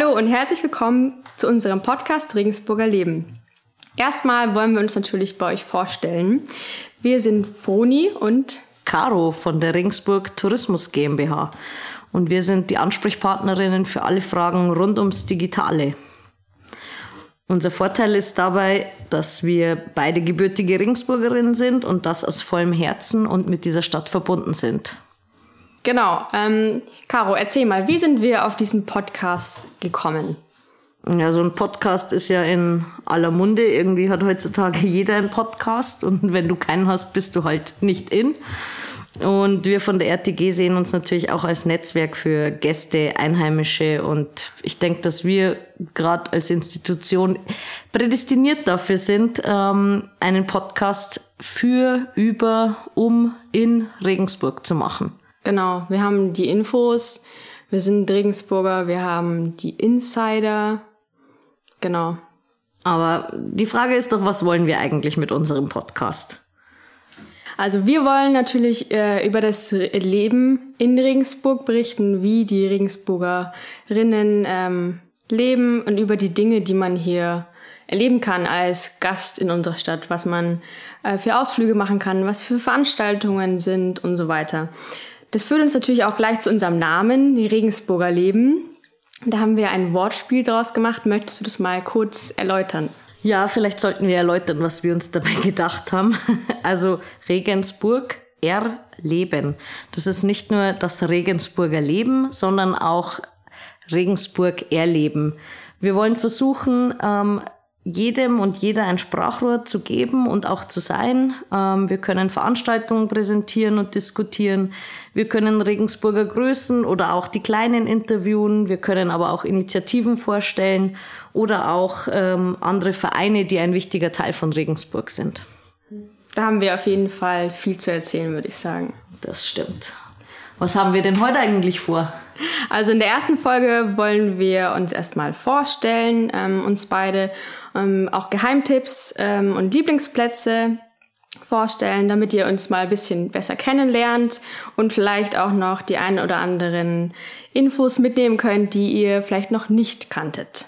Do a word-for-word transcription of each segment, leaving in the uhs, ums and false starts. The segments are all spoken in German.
Hallo und herzlich willkommen zu unserem Podcast Regensburger Leben. Erstmal wollen wir uns natürlich bei euch vorstellen. Wir sind Froni und Caro von der Regensburg Tourismus GmbH und wir sind die Ansprechpartnerinnen für alle Fragen rund ums Digitale. Unser Vorteil ist dabei, dass wir beide gebürtige Regensburgerinnen sind und das aus vollem Herzen und mit dieser Stadt verbunden sind. Genau, ähm, Caro, erzähl mal, wie sind wir auf diesen Podcast gekommen? Ja, so ein Podcast ist ja in aller Munde. Irgendwie hat heutzutage jeder einen Podcast und wenn du keinen hast, bist du halt nicht in. Und wir von der R T G sehen uns natürlich auch als Netzwerk für Gäste, Einheimische und ich denke, dass wir gerade als Institution prädestiniert dafür sind, ähm, einen Podcast für, über, um, in Regensburg zu machen. Genau, wir haben die Infos, wir sind Regensburger, wir haben die Insider, genau. Aber die Frage ist doch, was wollen wir eigentlich mit unserem Podcast? Also wir wollen natürlich äh, über das Leben in Regensburg berichten, wie die Regensburgerinnen ähm, leben und über die Dinge, die man hier erleben kann als Gast in unserer Stadt, was man äh, für Ausflüge machen kann, was für Veranstaltungen sind und so weiter. Das führt uns natürlich auch gleich zu unserem Namen, die Regensburger Leben. Da haben wir ein Wortspiel draus gemacht. Möchtest du das mal kurz erläutern? Ja, vielleicht sollten wir erläutern, was wir uns dabei gedacht haben. Also Regensburg, erleben. Das ist nicht nur das Regensburger Leben, sondern auch Regensburg erleben. Wir wollen versuchen, ähm, jedem und jeder ein Sprachrohr zu geben und auch zu sein. Ähm, wir können Veranstaltungen präsentieren und diskutieren. Wir können Regensburger Größen oder auch die Kleinen interviewen. Wir können aber auch Initiativen vorstellen oder auch ähm, andere Vereine, die ein wichtiger Teil von Regensburg sind. Da haben wir auf jeden Fall viel zu erzählen, würde ich sagen. Das stimmt. Was haben wir denn heute eigentlich vor? Also in der ersten Folge wollen wir uns erstmal vorstellen, ähm, uns beide ähm, auch Geheimtipps ähm, und Lieblingsplätze vorstellen, damit ihr uns mal ein bisschen besser kennenlernt und vielleicht auch noch die ein oder anderen Infos mitnehmen könnt, die ihr vielleicht noch nicht kanntet.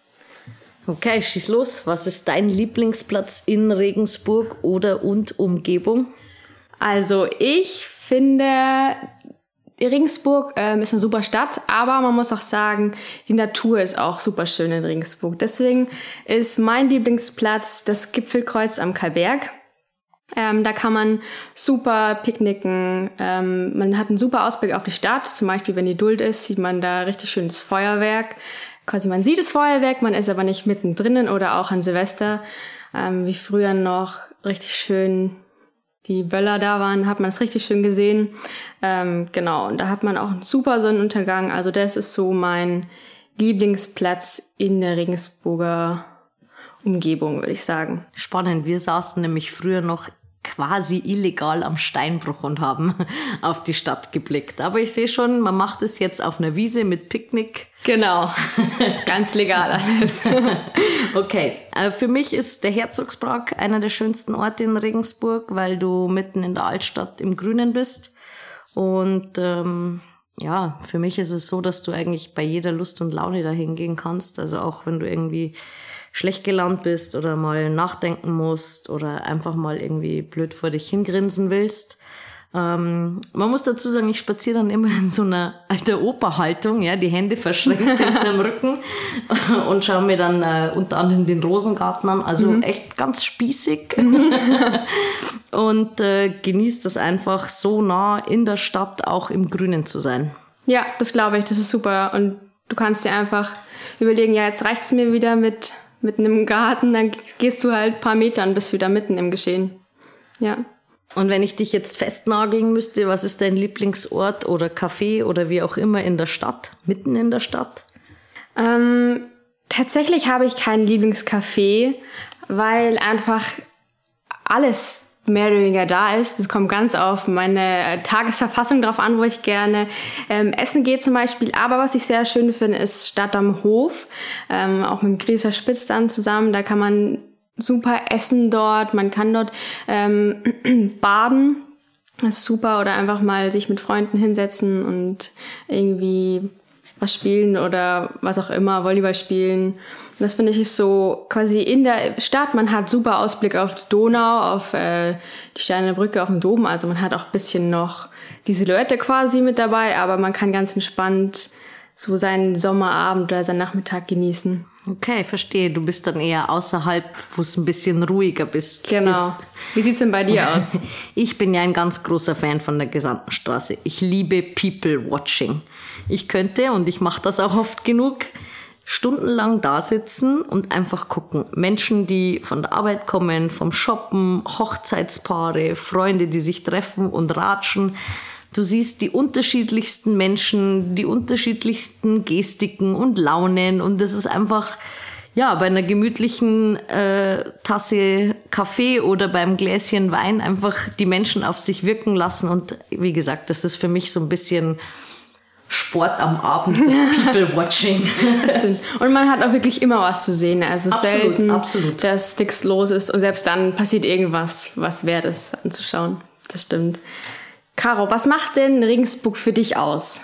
Okay, schieß los. Was ist dein Lieblingsplatz in Regensburg oder und Umgebung? Also ich finde, Regensburg ähm, ist eine super Stadt, aber man muss auch sagen, die Natur ist auch super schön in Regensburg. Deswegen ist mein Lieblingsplatz das Gipfelkreuz am Karlberg. Ähm, da kann man super picknicken. Ähm, man hat einen super Ausblick auf die Stadt. Zum Beispiel, wenn die Duld ist, sieht man da richtig schönes Feuerwerk. Quasi man sieht das Feuerwerk, man ist aber nicht mittendrin oder auch an Silvester, ähm, wie früher noch richtig schön die Böller da waren, hat man es richtig schön gesehen. Ähm, genau, und da hat man auch einen super Sonnenuntergang. Also das ist so mein Lieblingsplatz in der Regensburger Umgebung, würde ich sagen. Spannend, wir saßen nämlich früher noch quasi illegal am Steinbruch und haben auf die Stadt geblickt. Aber ich sehe schon, man macht es jetzt auf einer Wiese mit Picknick. Genau, ganz legal alles. Okay, für mich ist der Herzogspark einer der schönsten Orte in Regensburg, weil du mitten in der Altstadt im Grünen bist. Und ähm, ja, für mich ist es so, dass du eigentlich bei jeder Lust und Laune da hingehen kannst. Also auch wenn du irgendwie schlecht gelaunt bist oder mal nachdenken musst oder einfach mal irgendwie blöd vor dich hingrinsen willst. Ähm, man muss dazu sagen, ich spaziere dann immer in so einer alter Oper-Haltung, ja, die Hände verschränkt hinterm Rücken und schaue mir dann äh, unter anderem den Rosengarten an. Also mhm. echt ganz spießig und äh, genießt es einfach so nah in der Stadt auch im Grünen zu sein. Ja, das glaube ich, das ist super und du kannst dir einfach überlegen, ja, jetzt reicht's mir wieder mit mitten im Garten, dann gehst du halt ein paar Meter und bist wieder mitten im Geschehen. Ja. Und wenn ich dich jetzt festnageln müsste, was ist dein Lieblingsort oder Café oder wie auch immer in der Stadt, mitten in der Stadt? Ähm, tatsächlich habe ich kein Lieblingscafé, weil einfach alles mehr oder weniger da ist. Das kommt ganz auf meine Tagesverfassung drauf an, wo ich gerne ähm, essen gehe zum Beispiel. Aber was ich sehr schön finde, ist Stadt am Hof, ähm, auch mit dem Grieser Spitz dann zusammen. Da kann man super essen dort, man kann dort ähm, baden. Das ist super. Oder einfach mal sich mit Freunden hinsetzen und irgendwie was spielen oder was auch immer, Volleyball spielen. Und das finde ich ist so quasi in der Stadt. Man hat super Ausblick auf die Donau, auf äh, die Steinerne Brücke, auf den Dom. Also man hat auch ein bisschen noch die Silhouette quasi mit dabei, aber man kann ganz entspannt so seinen Sommerabend oder seinen Nachmittag genießen. Okay, verstehe. Du bist dann eher außerhalb, wo es ein bisschen ruhiger bist. Genau. Ist. Wie sieht's denn bei dir aus? Ich bin ja ein ganz großer Fan von der gesamten Straße. Ich liebe People Watching. Ich könnte, und ich mache das auch oft genug, stundenlang da sitzen und einfach gucken. Menschen, die von der Arbeit kommen, vom Shoppen, Hochzeitspaare, Freunde, die sich treffen und ratschen. Du siehst die unterschiedlichsten Menschen, die unterschiedlichsten Gestiken und Launen, und das ist einfach, ja, bei einer gemütlichen äh, Tasse Kaffee oder beim Gläschen Wein einfach die Menschen auf sich wirken lassen. Und wie gesagt, das ist für mich so ein bisschen Sport am Abend, das People-Watching. Stimmt. Und man hat auch wirklich immer was zu sehen. Also es ist Absolut, selten, absolut. dass nichts los ist, und selbst dann passiert irgendwas, was wert ist anzuschauen. Das stimmt. Caro, was macht denn Regensburg für dich aus?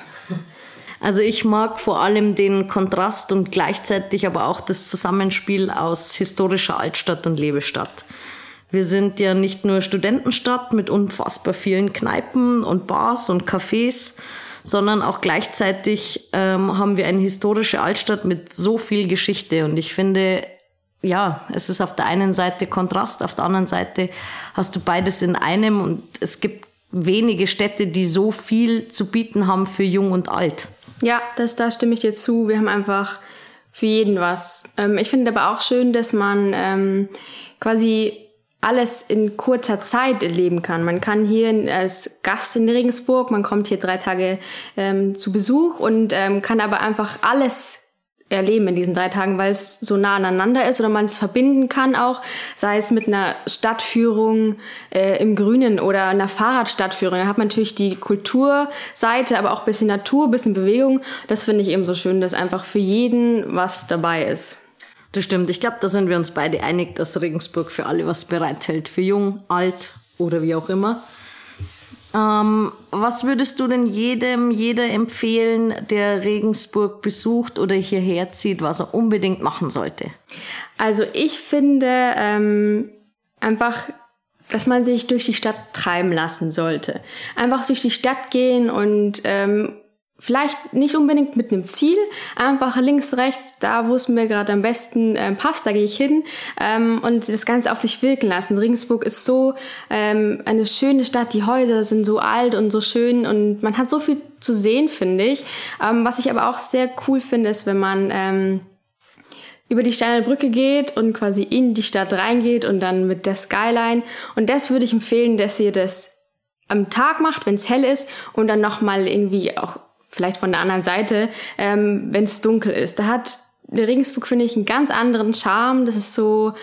Also ich mag vor allem den Kontrast und gleichzeitig aber auch das Zusammenspiel aus historischer Altstadt und Lebestadt. Wir sind ja nicht nur Studentenstadt mit unfassbar vielen Kneipen und Bars und Cafés, sondern auch gleichzeitig ähm, haben wir eine historische Altstadt mit so viel Geschichte. Und ich finde, ja, es ist auf der einen Seite Kontrast, auf der anderen Seite hast du beides in einem, und es gibt wenige Städte, die so viel zu bieten haben für Jung und Alt. Ja, das, da stimme ich dir zu. Wir haben einfach für jeden was. Ähm, ich finde aber auch schön, dass man ähm, quasi alles in kurzer Zeit erleben kann. Man kann hier als Gast in Regensburg, man kommt hier drei Tage ähm, zu Besuch und ähm, kann aber einfach alles erleben in diesen drei Tagen, weil es so nah aneinander ist oder man es verbinden kann auch, sei es mit einer Stadtführung äh, im Grünen oder einer Fahrradstadtführung. Da hat man natürlich die Kulturseite, aber auch ein bisschen Natur, ein bisschen Bewegung. Das finde ich eben so schön, dass einfach für jeden was dabei ist. Das stimmt. Ich glaube, da sind wir uns beide einig, dass Regensburg für alle was bereithält. Für jung, alt oder wie auch immer. Ähm, was würdest du denn jedem, jeder empfehlen, der Regensburg besucht oder hierher zieht, was er unbedingt machen sollte? Also ich finde ähm, einfach, dass man sich durch die Stadt treiben lassen sollte. Einfach durch die Stadt gehen und ähm, vielleicht nicht unbedingt mit einem Ziel, einfach links, rechts, da wo es mir gerade am besten ähm, passt, da gehe ich hin ähm, und das Ganze auf sich wirken lassen. Regensburg ist so ähm, eine schöne Stadt, die Häuser sind so alt und so schön und man hat so viel zu sehen, finde ich. Ähm, was ich aber auch sehr cool finde, ist, wenn man ähm, über die Steinerne Brücke geht und quasi in die Stadt reingeht und dann mit der Skyline. Und das würde ich empfehlen, dass ihr das am Tag macht, wenn es hell ist, und dann nochmal irgendwie auch vielleicht von der anderen Seite, ähm, wenn es dunkel ist. Da hat Regensburg, finde ich, einen ganz anderen Charme. Das ist so,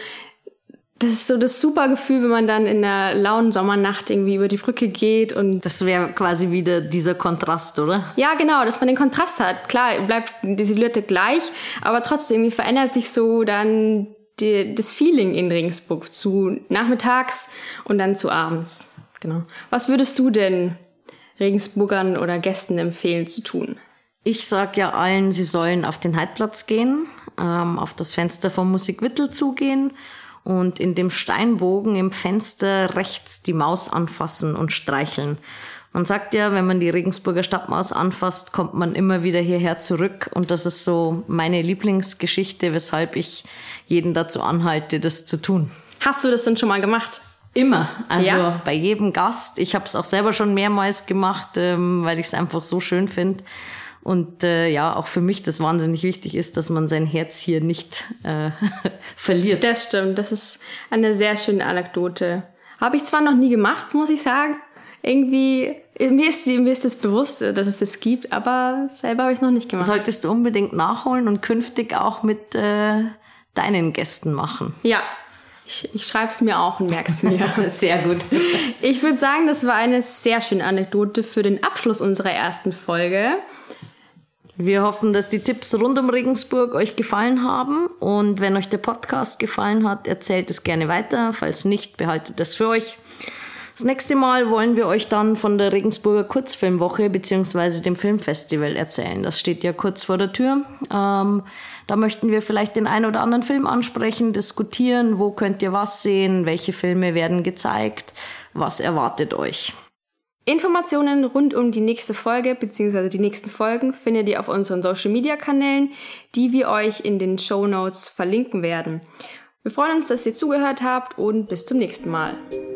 das ist so das super Gefühl, wenn man dann in einer lauen Sommernacht irgendwie über die Brücke geht und das wäre quasi wieder dieser Kontrast, oder? Ja, genau, dass man den Kontrast hat. Klar, bleibt die Silhouette gleich, aber trotzdem irgendwie verändert sich so dann die, das Feeling in Regensburg zu nachmittags und dann zu abends. Genau. Was würdest du denn Regensburgern oder Gästen empfehlen zu tun? Ich sag ja allen, sie sollen auf den Heidplatz gehen, ähm, auf das Fenster vom Musikwittel zugehen und in dem Steinbogen im Fenster rechts die Maus anfassen und streicheln. Man sagt ja, wenn man die Regensburger Stadtmaus anfasst, kommt man immer wieder hierher zurück, und das ist so meine Lieblingsgeschichte, weshalb ich jeden dazu anhalte, das zu tun. Hast du das denn schon mal gemacht? Immer, also ja? Bei jedem Gast. Ich habe es auch selber schon mehrmals gemacht, ähm, weil ich es einfach so schön finde. Und äh, ja, auch für mich das wahnsinnig wichtig ist, dass man sein Herz hier nicht äh, verliert. Das stimmt, das ist eine sehr schöne Anekdote. Habe ich zwar noch nie gemacht, muss ich sagen. Irgendwie, mir ist, mir ist das bewusst, dass es das gibt, aber selber habe ich es noch nicht gemacht. Solltest du unbedingt nachholen und künftig auch mit äh, deinen Gästen machen. Ja. Ich, ich schreibe es mir auch und merke es mir. Sehr gut. Ich würde sagen, das war eine sehr schöne Anekdote für den Abschluss unserer ersten Folge. Wir hoffen, dass die Tipps rund um Regensburg euch gefallen haben. Und wenn euch der Podcast gefallen hat, erzählt es gerne weiter. Falls nicht, behaltet es für euch. Das nächste Mal wollen wir euch dann von der Regensburger Kurzfilmwoche bzw. dem Filmfestival erzählen. Das steht ja kurz vor der Tür. Ähm, da möchten wir vielleicht den einen oder anderen Film ansprechen, diskutieren, wo könnt ihr was sehen, welche Filme werden gezeigt, was erwartet euch. Informationen rund um die nächste Folge bzw. die nächsten Folgen findet ihr auf unseren Social-Media-Kanälen, die wir euch in den Shownotes verlinken werden. Wir freuen uns, dass ihr zugehört habt und bis zum nächsten Mal.